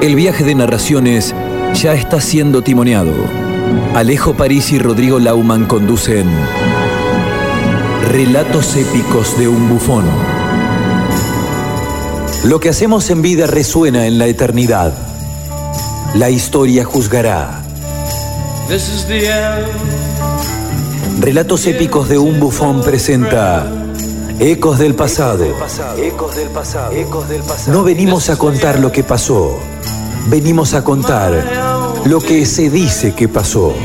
El viaje de narraciones ya está siendo timoneado. Alejo París y Rodrigo Lauman conducen Relatos épicos de un bufón. Lo que hacemos en vida resuena en la eternidad. La historia juzgará. Relatos épicos de un bufón presenta Ecos del pasado. No venimos a contar lo que pasó. Venimos a contar lo que se dice que pasó.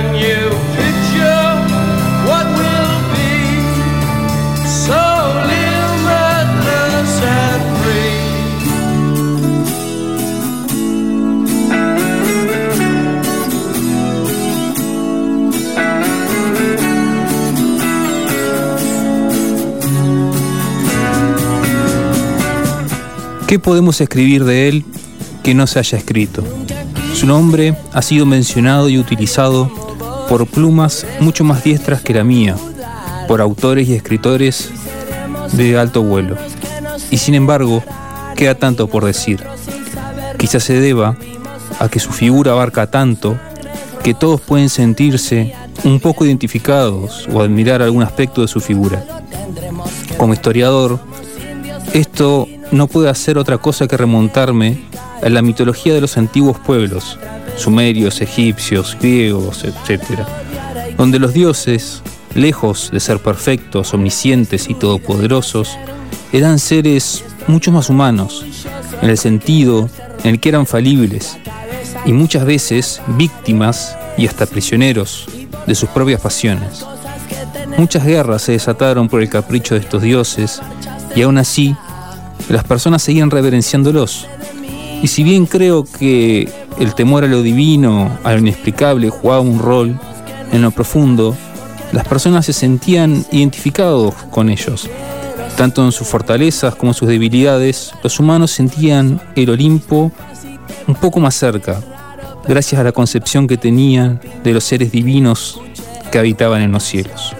¿Qué podemos escribir de él que no se haya escrito? Su nombre ha sido mencionado y utilizado por plumas mucho más diestras que la mía, por autores y escritores de alto vuelo. Y sin embargo, queda tanto por decir. Quizás se deba a que su figura abarca tanto que todos pueden sentirse un poco identificados o admirar algún aspecto de su figura. Como historiador, esto no puede hacer otra cosa que remontarme a la mitología de los antiguos pueblos, sumerios, egipcios, griegos, etc., donde los dioses, lejos de ser perfectos, omniscientes y todopoderosos, eran seres mucho más humanos, en el sentido en el que eran falibles, y muchas veces víctimas y hasta prisioneros de sus propias pasiones. Muchas guerras se desataron por el capricho de estos dioses, y aún así, las personas seguían reverenciándolos. Y si bien creo que el temor a lo divino, a lo inexplicable, jugaba un rol, en lo profundo, las personas se sentían identificados con ellos. Tanto en sus fortalezas como en sus debilidades, los humanos sentían el Olimpo un poco más cerca, gracias a la concepción que tenían de los seres divinos que habitaban en los cielos.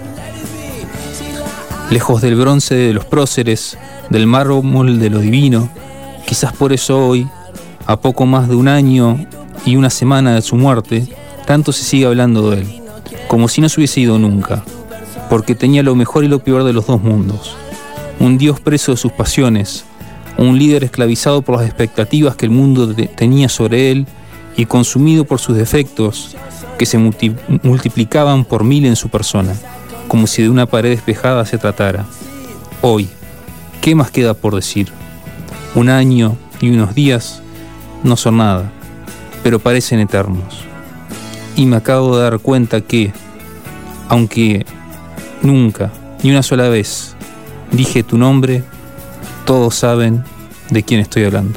Lejos del bronce de los próceres, del mármol de lo divino, quizás por eso hoy, a poco más de un año y una semana de su muerte, tanto se sigue hablando de él, como si no se hubiese ido nunca, porque tenía lo mejor y lo peor de los dos mundos. Un dios preso de sus pasiones, un líder esclavizado por las expectativas que el mundo tenía sobre él y consumido por sus defectos que se multiplicaban por 1000 en su persona, como si de una pared despejada se tratara. Hoy, ¿qué más queda por decir? Un año y unos días no son nada, pero parecen eternos. Y me acabo de dar cuenta que, aunque nunca, ni una sola vez, dije tu nombre, todos saben de quién estoy hablando.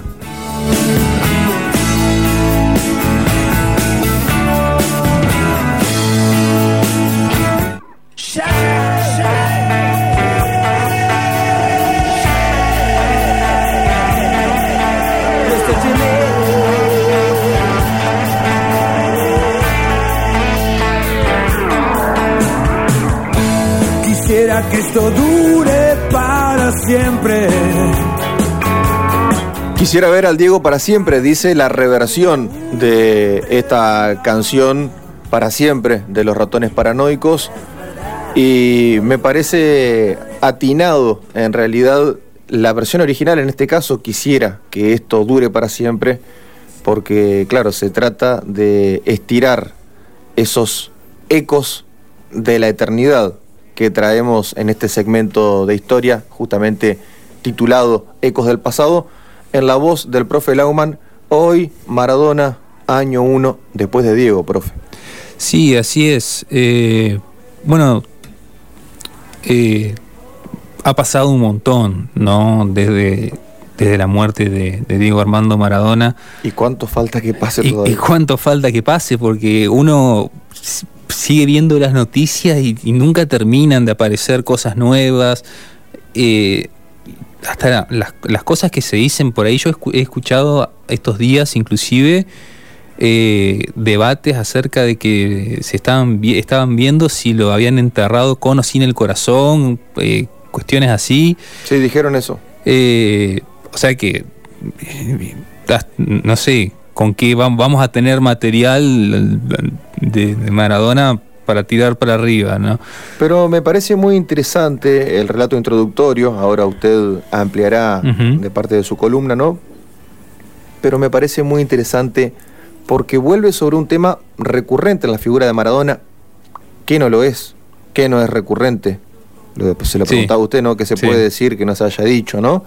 Que esto dure para siempre. Quisiera ver al Diego para siempre, dice la reversión de esta canción Para Siempre de Los Ratones Paranoicos, y me parece atinado en realidad la versión original. En este caso, Quisiera que esto dure para siempre, porque claro, se trata de estirar esos ecos de la eternidad que traemos en este segmento de historia, justamente titulado Ecos del Pasado, en la voz del profe Lauman. Hoy, Maradona, año 1 después de Diego, profe. Sí, así es. Ha pasado un montón, ¿no? Desde la muerte de Diego Armando Maradona. ¿Y cuánto falta que pase todavía? ¿Y cuánto falta que pase? Porque uno sigue viendo las noticias y nunca terminan de aparecer cosas nuevas. Hasta las cosas que se dicen por ahí, yo he escuchado estos días inclusive debates acerca de que se estaban viendo si lo habían enterrado con o sin el corazón, cuestiones así. Sí, dijeron eso. O sea que no sé, con qué vamos a tener material de Maradona para tirar para arriba, ¿no? Pero me parece muy interesante el relato introductorio, ahora usted ampliará de parte de su columna, ¿no? Pero me parece muy interesante porque vuelve sobre un tema recurrente en la figura de Maradona. ¿Qué no lo es? ¿Qué no es recurrente? Se lo preguntaba a usted, ¿no? ¿Qué se puede decir que no se haya dicho, ¿no?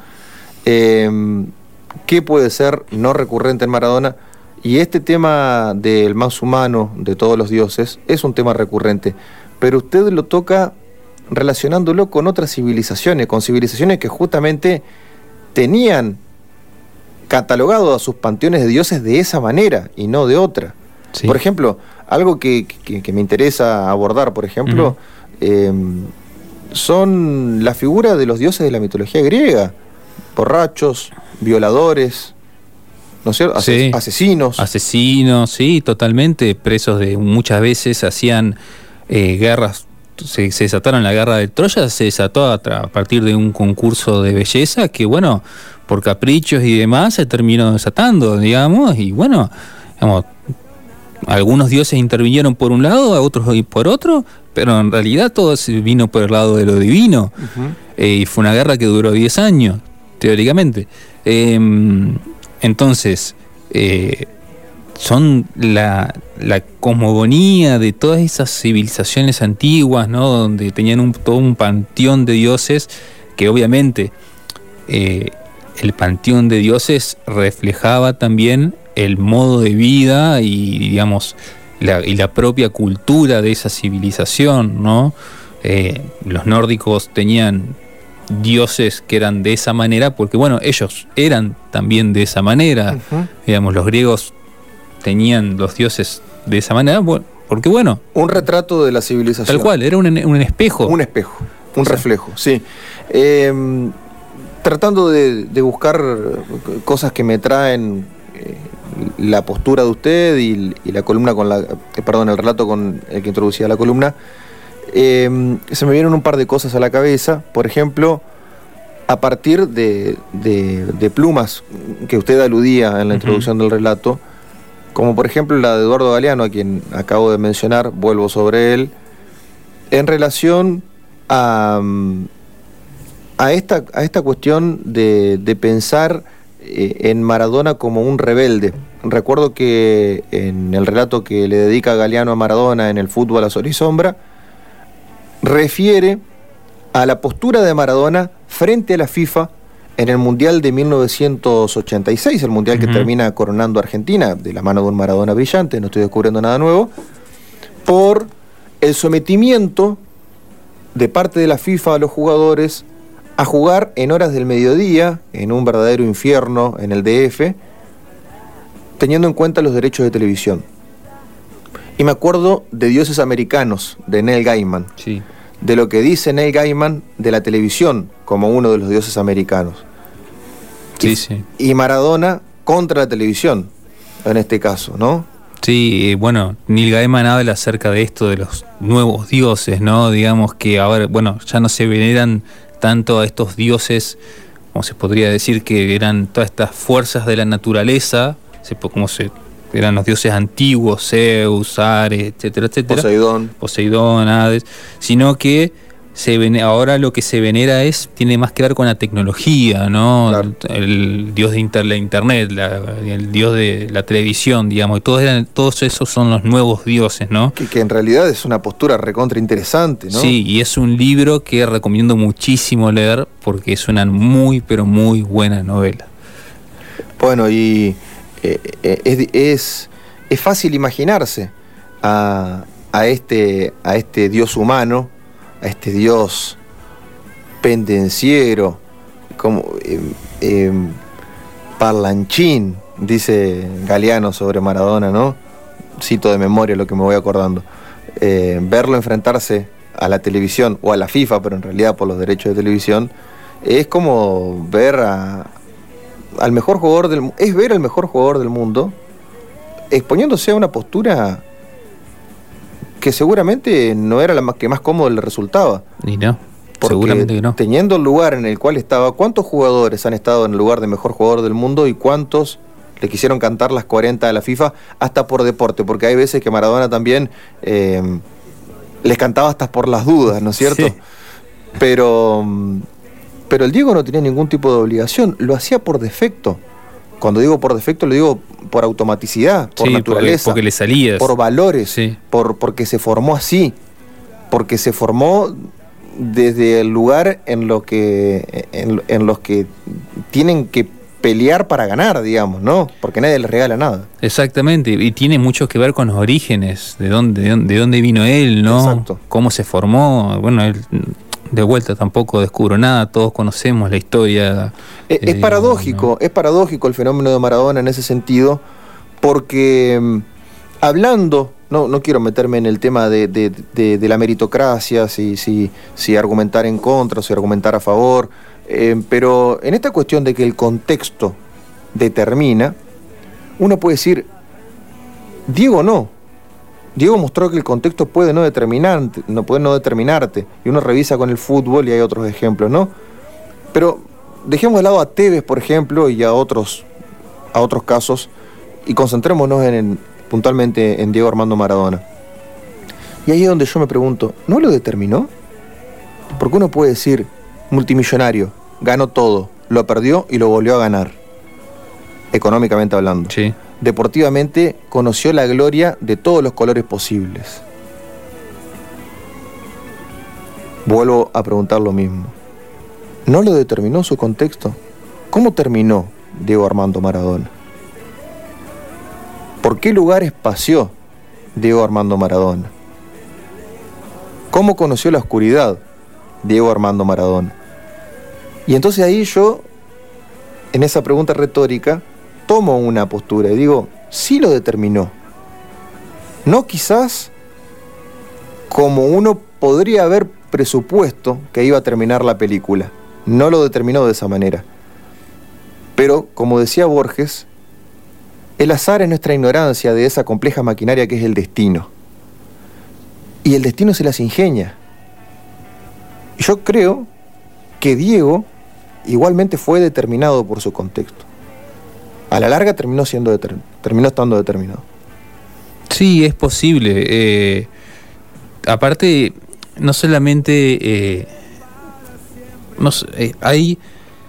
¿Qué puede ser no recurrente en Maradona? Y este tema del más humano de todos los dioses es un tema recurrente, pero usted lo toca relacionándolo con otras civilizaciones, con civilizaciones que justamente tenían catalogado a sus panteones de dioses de esa manera y no de otra. Sí. Por ejemplo, algo que me interesa abordar, por ejemplo, son la figura de los dioses de la mitología griega: borrachos, violadores, ¿no es cierto? Asesinos. Asesinos, sí, totalmente. Presos muchas veces hacían guerras. Se desataron la guerra de Troya, se desató a partir de un concurso de belleza que, bueno, por caprichos y demás se terminó desatando, digamos, y bueno, digamos, algunos dioses intervinieron por un lado, a otros por otro, pero en realidad todo vino por el lado de lo divino. Y fue una guerra que duró 10 años, teóricamente. Entonces, son la cosmogonía de todas esas civilizaciones antiguas, ¿no? Donde tenían todo un panteón de dioses, que obviamente el panteón de dioses reflejaba también el modo de vida y, digamos, la propia cultura de esa civilización, ¿no? Los nórdicos tenían dioses que eran de esa manera porque, bueno, ellos eran también de esa manera. Digamos, los griegos tenían los dioses de esa manera, porque, bueno, un retrato de la civilización. Tal cual, era un espejo. Un espejo, un reflejo, sí. Tratando de buscar cosas que me traen la postura de usted y la columna el relato con el que introducía la columna, se me vienen un par de cosas a la cabeza. Por ejemplo, a partir de plumas que usted aludía en la introducción del relato, como por ejemplo la de Eduardo Galeano, a quien acabo de mencionar, vuelvo sobre él, en relación a esta cuestión de pensar en Maradona como un rebelde. Recuerdo que en el relato que le dedica Galeano a Maradona en El fútbol a sol y sombra, refiere a la postura de Maradona frente a la FIFA en el Mundial de 1986, el Mundial que termina coronando a Argentina, de la mano de un Maradona brillante, no estoy descubriendo nada nuevo, por el sometimiento de parte de la FIFA a los jugadores a jugar en horas del mediodía, en un verdadero infierno en el DF, teniendo en cuenta los derechos de televisión. Y me acuerdo de Dioses Americanos, de Neil Gaiman. Sí. De lo que dice Neil Gaiman de la televisión como uno de los dioses americanos. Sí. Y Maradona contra la televisión, en este caso, ¿no? Sí, bueno, Neil Gaiman habla acerca de esto, de los nuevos dioses, ¿no? Digamos que ahora, bueno, ya no se veneran tanto a estos dioses, como se podría decir, que eran todas estas fuerzas de la naturaleza, eran los dioses antiguos, Zeus, Ares, etcétera, etcétera. Poseidón, Hades, sino que ahora lo que se venera tiene más que ver con la tecnología, ¿no? Claro. El dios de la internet, el dios de la televisión, digamos, todos esos son los nuevos dioses, ¿no? Que en realidad es una postura recontra interesante, ¿no? Sí, y es un libro que recomiendo muchísimo leer porque es una muy, pero muy buena novela. Bueno, y es fácil imaginarse a este dios humano, a este dios pendenciero, como parlanchín, dice Galeano sobre Maradona, ¿no? Cito de memoria lo que me voy acordando. Verlo enfrentarse a la televisión o a la FIFA, pero en realidad por los derechos de televisión, es como ver al mejor jugador ver al mejor jugador del mundo exponiéndose a una postura que seguramente no era la que más cómodo le resultaba. Y no, porque seguramente que no. Teniendo el lugar en el cual estaba, ¿cuántos jugadores han estado en el lugar de mejor jugador del mundo y cuántos le quisieron cantar las 40 de la FIFA hasta por deporte, porque hay veces que Maradona también les cantaba hasta por las dudas, ¿no es cierto? Sí. Pero el Diego no tenía ningún tipo de obligación, lo hacía por defecto. Cuando digo por defecto, lo digo por automaticidad, por naturaleza. Porque le salía. Por valores, sí. Porque se formó así, porque se formó desde el lugar en los que tienen que pelear para ganar, digamos, ¿no? Porque nadie les regala nada. Exactamente, y tiene mucho que ver con los orígenes, de dónde vino él, ¿no? Exacto. Cómo se formó. Bueno, él de vuelta tampoco descubro nada, todos conocemos la historia. Es paradójico, es paradójico el fenómeno de Maradona en ese sentido, porque hablando, no quiero meterme en el tema de la meritocracia, si argumentar en contra o si argumentar a favor, pero en esta cuestión de que el contexto determina, uno puede decir, Diego no. Diego mostró que el contexto puede no determinarte, y uno revisa con el fútbol y hay otros ejemplos, ¿no? Pero dejemos de lado a Tevez, por ejemplo, y a otros casos, y concentrémonos puntualmente en Diego Armando Maradona. Y ahí es donde yo me pregunto, ¿no lo determinó? Porque uno puede decir, multimillonario, ganó todo, lo perdió y lo volvió a ganar, económicamente hablando. Sí. Deportivamente conoció la gloria de todos los colores posibles. Vuelvo a preguntar lo mismo. ¿No lo determinó su contexto? ¿Cómo terminó Diego Armando Maradona? ¿Por qué lugares paseó Diego Armando Maradona? ¿Cómo conoció la oscuridad Diego Armando Maradona? Y entonces ahí yo, en esa pregunta retórica, tomo una postura y digo, sí lo determinó. No quizás como uno podría haber presupuesto que iba a terminar la película. No lo determinó de esa manera. Pero, como decía Borges, el azar es nuestra ignorancia de esa compleja maquinaria que es el destino. Y el destino se las ingenia. Y yo creo que Diego igualmente fue determinado por su contexto. A la larga terminó estando determinado. Sí, es posible. Aparte, no solamente hay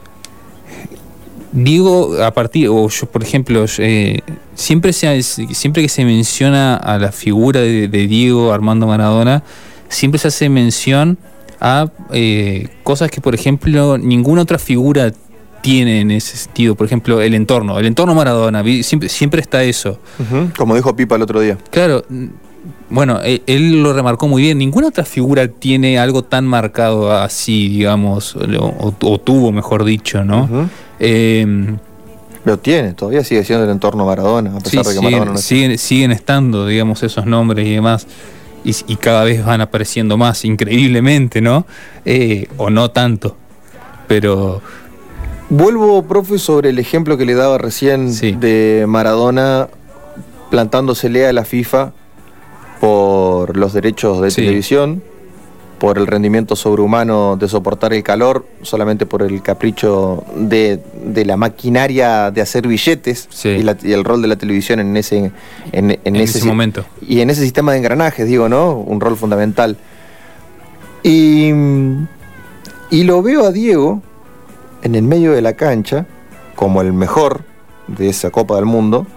Diego, yo por ejemplo, siempre que se menciona a la figura de Diego Armando Maradona, siempre se hace mención a cosas que, por ejemplo, ninguna otra figura tiene en ese sentido. Por ejemplo, el entorno Maradona, siempre está eso. Uh-huh. Como dijo Pipa el otro día. Claro, bueno, él lo remarcó muy bien. Ninguna otra figura tiene algo tan marcado así, digamos, o tuvo, mejor dicho, ¿no? Uh-huh. Lo tiene, todavía sigue siendo el entorno Maradona, a pesar de que Maradona no siguen estando, digamos, esos nombres y demás. Y cada vez van apareciendo más, increíblemente, ¿no? O no tanto, pero... Vuelvo, profe, sobre el ejemplo que le daba recién de Maradona plantándosele a la FIFA por los derechos de televisión, por el rendimiento sobrehumano de soportar el calor, solamente por el capricho de la maquinaria de hacer billetes y el rol de la televisión en ese momento. Y en ese sistema de engranajes, digo, ¿no? Un rol fundamental. Y lo veo a Diego en el medio de la cancha, como el mejor de esa Copa del Mundo,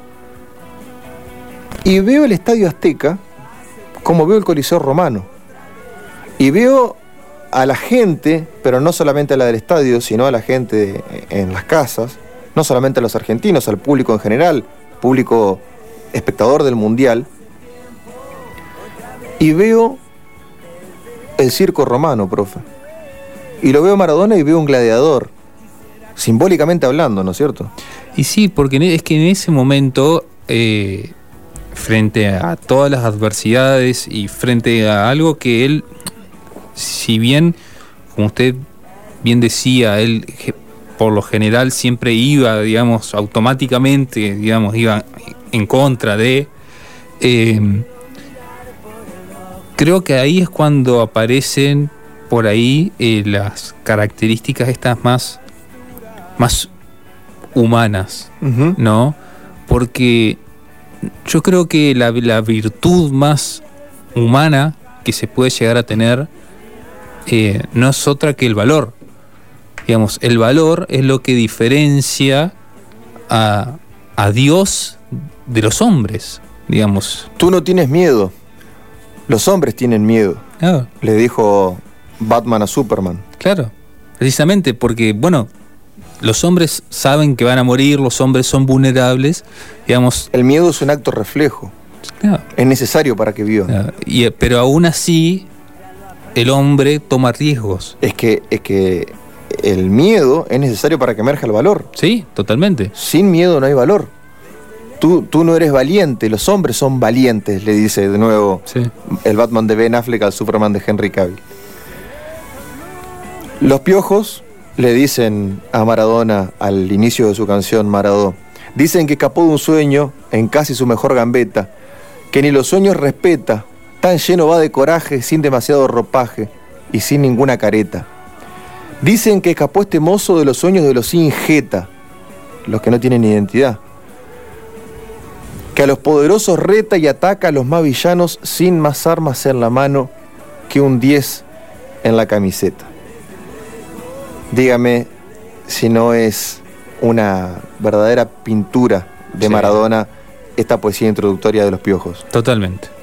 y veo el Estadio Azteca como veo el Coliseo Romano, y veo a la gente, pero no solamente a la del estadio, sino a la gente en las casas, no solamente a los argentinos, al público en general, público espectador del Mundial, y veo el circo romano, profe, y lo veo a Maradona y veo un gladiador, simbólicamente hablando, ¿no es cierto? Y sí, porque es que en ese momento, frente a todas las adversidades y frente a algo que él, si bien, como usted bien decía, él por lo general siempre iba, digamos, automáticamente, digamos, iba en contra de... creo que ahí es cuando aparecen por ahí las características estas más humanas, uh-huh, ¿no? porque yo creo que la virtud más humana que se puede llegar a tener no es otra que el valor. Digamos, el valor es lo que diferencia a Dios de los hombres, digamos. Tú no tienes miedo, los hombres tienen miedo, le dijo Batman a Superman. Claro, precisamente porque, bueno, los hombres saben que van a morir, los hombres son vulnerables, digamos. El miedo es un acto reflejo, es necesario para que vivan. Pero aún así, el hombre toma riesgos. Es que el miedo es necesario para que emerja el valor. Sí, totalmente. Sin miedo no hay valor. Tú no eres valiente, los hombres son valientes, le dice de nuevo el Batman de Ben Affleck al Superman de Henry Cavill. Los piojos le dicen a Maradona al inicio de su canción Maradó, dicen que escapó de un sueño en casi su mejor gambeta, que ni los sueños respeta, tan lleno va de coraje, sin demasiado ropaje y sin ninguna careta. Dicen que escapó este mozo de los sueños de los sin jeta, los que no tienen identidad, que a los poderosos reta y ataca a los más villanos sin más armas en la mano que un 10 en la camiseta. Dígame si no es una verdadera pintura de Maradona esta poesía introductoria de los piojos. Totalmente.